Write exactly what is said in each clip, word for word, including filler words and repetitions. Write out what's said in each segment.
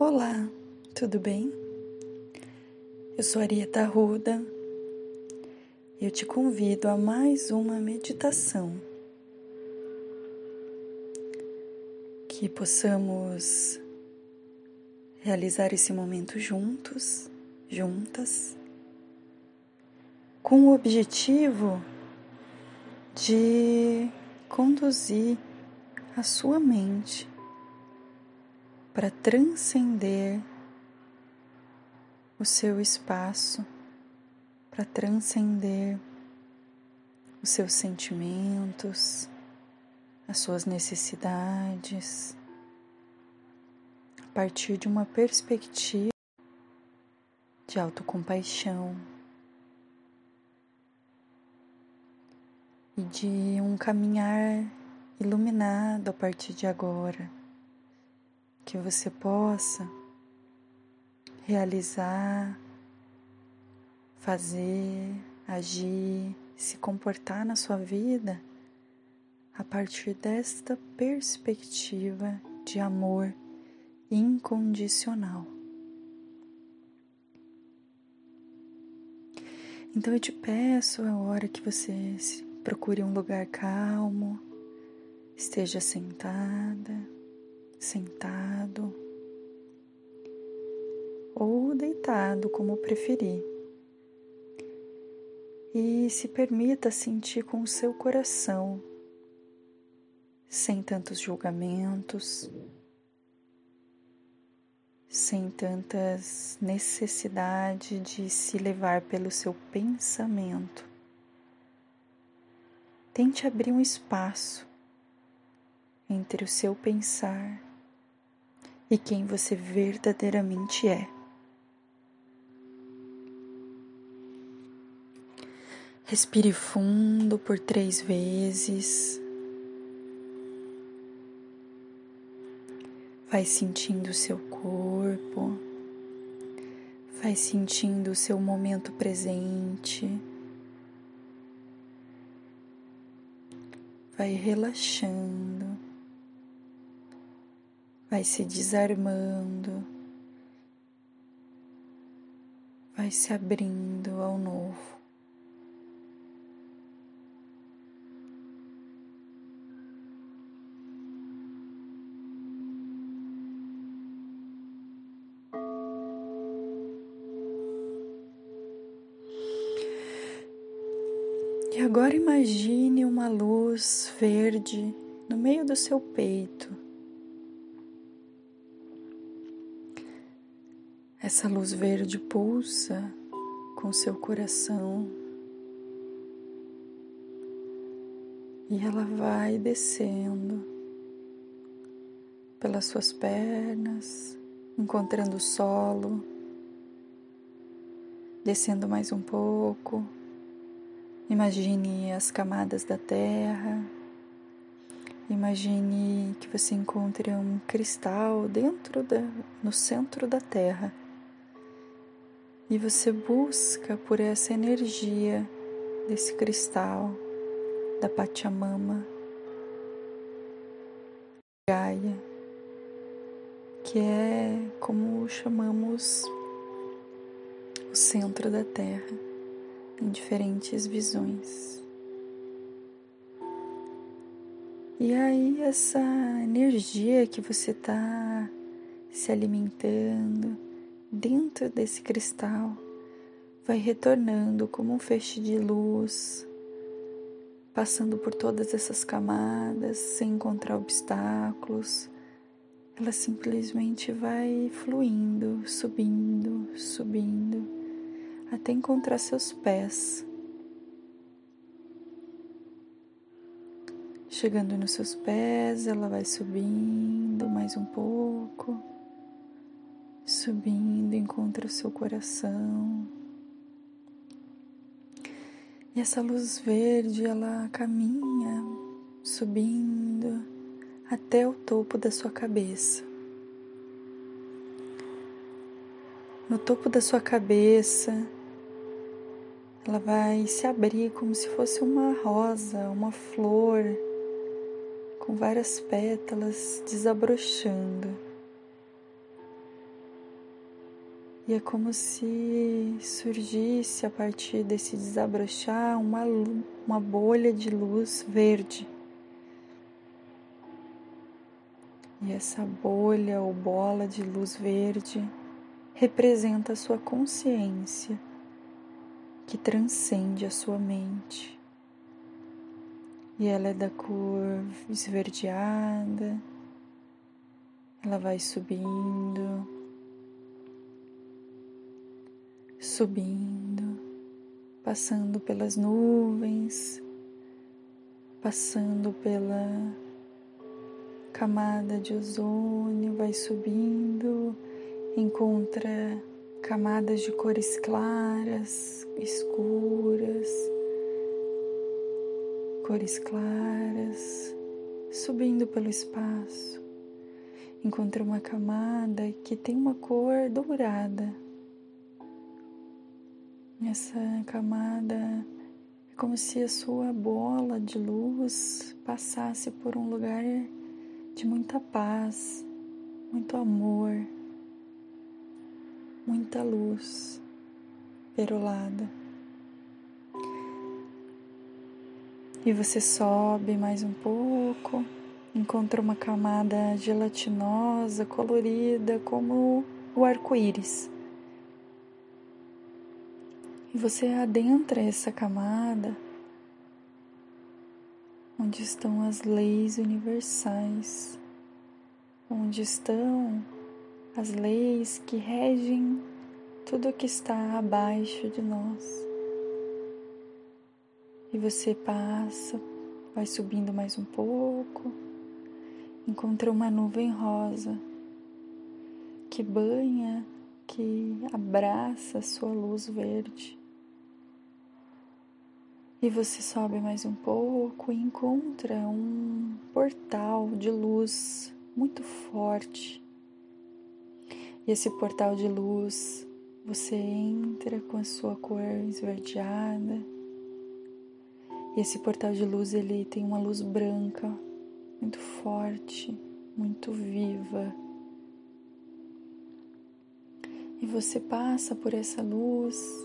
Olá, tudo bem? Eu sou Arieta Arruda e eu te convido a mais uma meditação. Que possamos realizar esse momento juntos, juntas, com o objetivo de conduzir a sua mente para transcender o seu espaço, para transcender os seus sentimentos, as suas necessidades, a partir de uma perspectiva de autocompaixão e de um caminhar iluminado a partir de agora, que você possa realizar, fazer, agir, se comportar na sua vida a partir desta perspectiva de amor incondicional. Então eu te peço a hora que você procure um lugar calmo, esteja sentada, sentado ou deitado, como preferir. E se permita sentir com o seu coração, sem tantos julgamentos, sem tantas necessidade de se levar pelo seu pensamento. Tente abrir um espaço entre o seu pensar e quem você verdadeiramente é. Respire fundo por três vezes. Vai sentindo o seu corpo. Vai sentindo o seu momento presente. Vai relaxando. Vai se desarmando. Vai se abrindo ao novo. E agora imagine uma luz verde no meio do seu peito. Essa luz verde pulsa com seu coração e ela vai descendo pelas suas pernas, encontrando o solo, descendo mais um pouco. Imagine as camadas da terra, imagine que você encontre um cristal dentro da, no centro da terra e você busca por essa energia desse cristal, da Pachamama, Gaia, que é como chamamos o centro da terra, em diferentes visões. E aí essa energia que você está se alimentando dentro desse cristal vai retornando como um feixe de luz, passando por todas essas camadas sem encontrar obstáculos. Ela simplesmente vai fluindo, subindo, subindo, até encontrar seus pés. Chegando nos seus pés, ela vai subindo mais um pouco, subindo, encontra o seu coração. E essa luz verde, ela caminha, subindo até o topo da sua cabeça. No topo da sua cabeça, ela vai se abrir como se fosse uma rosa, uma flor, com várias pétalas desabrochando. E é como se surgisse a partir desse desabrochar uma, uma bolha de luz verde. E essa bolha ou bola de luz verde representa a sua consciência, que transcende a sua mente. E ela é da cor esverdeada, ela vai subindo, subindo, passando pelas nuvens, passando pela camada de ozônio, vai subindo, encontra camadas de cores claras, escuras, cores claras, subindo pelo espaço. Encontra uma camada que tem uma cor dourada. Essa camada é como se a sua bola de luz passasse por um lugar de muita paz, muito amor, muita luz perolada. E você sobe mais um pouco, encontra uma camada gelatinosa, colorida, como o arco-íris. E você adentra essa camada, onde estão as leis universais, onde estão as leis que regem tudo o que está abaixo de nós. E você passa, vai subindo mais um pouco, encontra uma nuvem rosa que banha, que abraça a sua luz verde. E você sobe mais um pouco e encontra um portal de luz muito forte. E esse portal de luz, você entra com a sua cor esverdeada. E esse portal de luz, ele tem uma luz branca, muito forte, muito viva. E você passa por essa luz,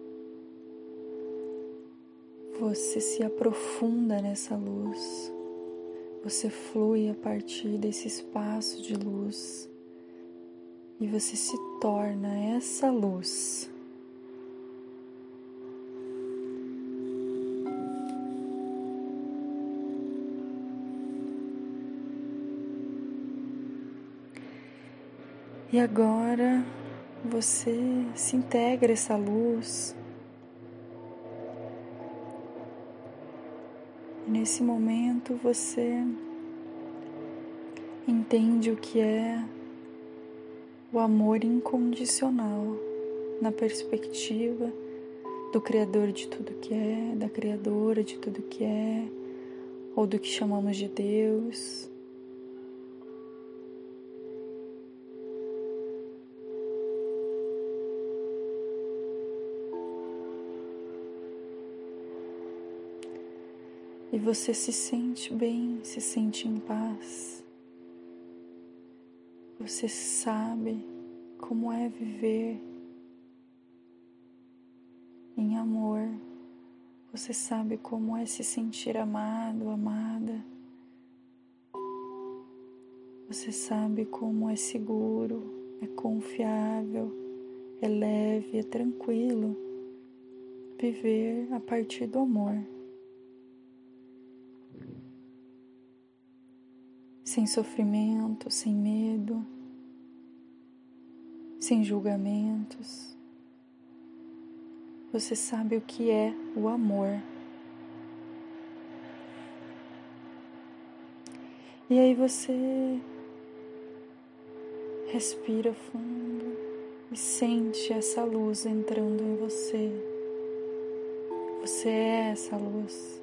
você se aprofunda nessa luz, você flui a partir desse espaço de luz e você se torna essa luz. E agora você se integra a essa luz. E nesse momento você entende o que é o amor incondicional na perspectiva do Criador de tudo que é, da Criadora de tudo que é, ou do que chamamos de Deus. E você se sente bem, se sente em paz. Você sabe como é viver em amor. Você sabe como é se sentir amado, amada. Você sabe como é seguro, é confiável, é leve, é tranquilo viver a partir do amor. Sem sofrimento, sem medo, sem julgamentos. Você sabe o que é o amor. E aí você respira fundo e sente essa luz entrando em você. Você é essa luz.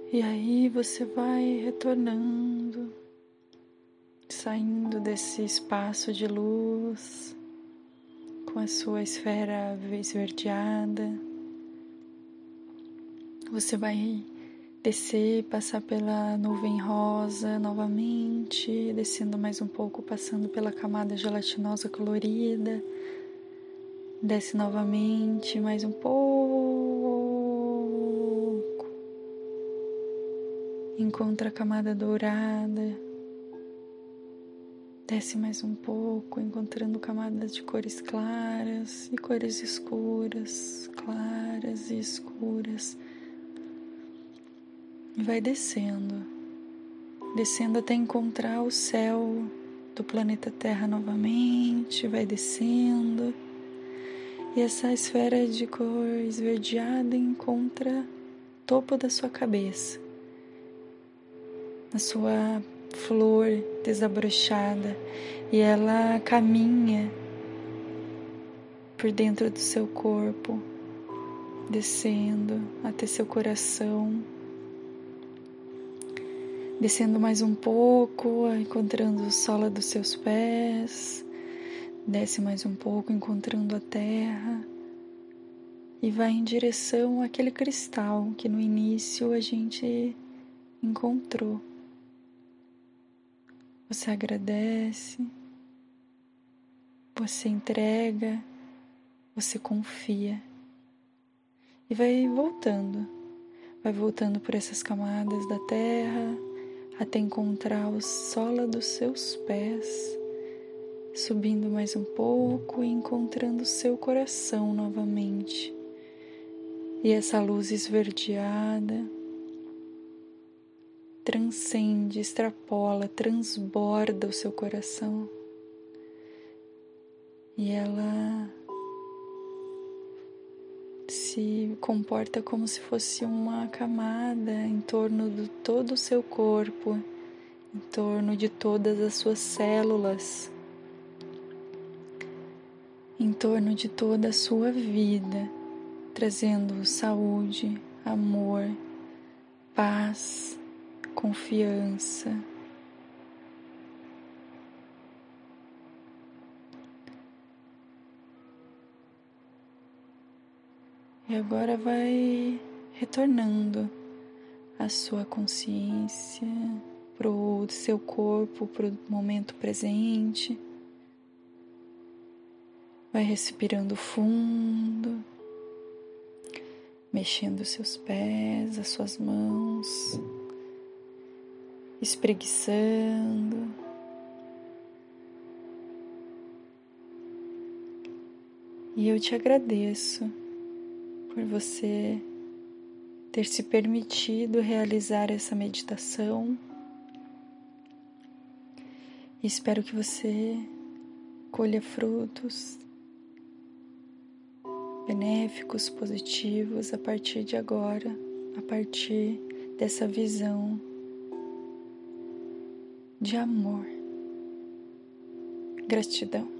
E aí você vai retornando, saindo desse espaço de luz com a sua esfera esverdeada. Você vai descer, passar pela nuvem rosa novamente, descendo mais um pouco, passando pela camada gelatinosa colorida. Desce novamente, mais um pouco. Encontra a camada dourada. Desce mais um pouco, encontrando camadas de cores claras e cores escuras, claras e escuras. E vai descendo, descendo até encontrar o céu do planeta Terra novamente, vai descendo. E essa esfera de cor esverdeada encontra o topo da sua cabeça, a sua flor desabrochada, e ela caminha por dentro do seu corpo, descendo até seu coração, descendo mais um pouco, encontrando a sola dos seus pés, desce mais um pouco, encontrando a terra, e vai em direção àquele cristal que no início a gente encontrou. Você agradece, você entrega, você confia e vai voltando, vai voltando por essas camadas da terra até encontrar o sola dos seus pés, subindo mais um pouco e encontrando o seu coração novamente. E essa luz esverdeada transcende, extrapola, transborda o seu coração. E ela se comporta como se fosse uma camada em torno de todo o seu corpo, em torno de todas as suas células, em torno de toda a sua vida, trazendo saúde, amor, paz, confiança. E agora vai retornando a sua consciência para o seu corpo, para o momento presente. Vai respirando fundo, mexendo os seus pés, as suas mãos, espreguiçando. E eu te agradeço por você ter se permitido realizar essa meditação. E espero que você colha frutos benéficos, positivos a partir de agora, a partir dessa visão de amor. Gratidão.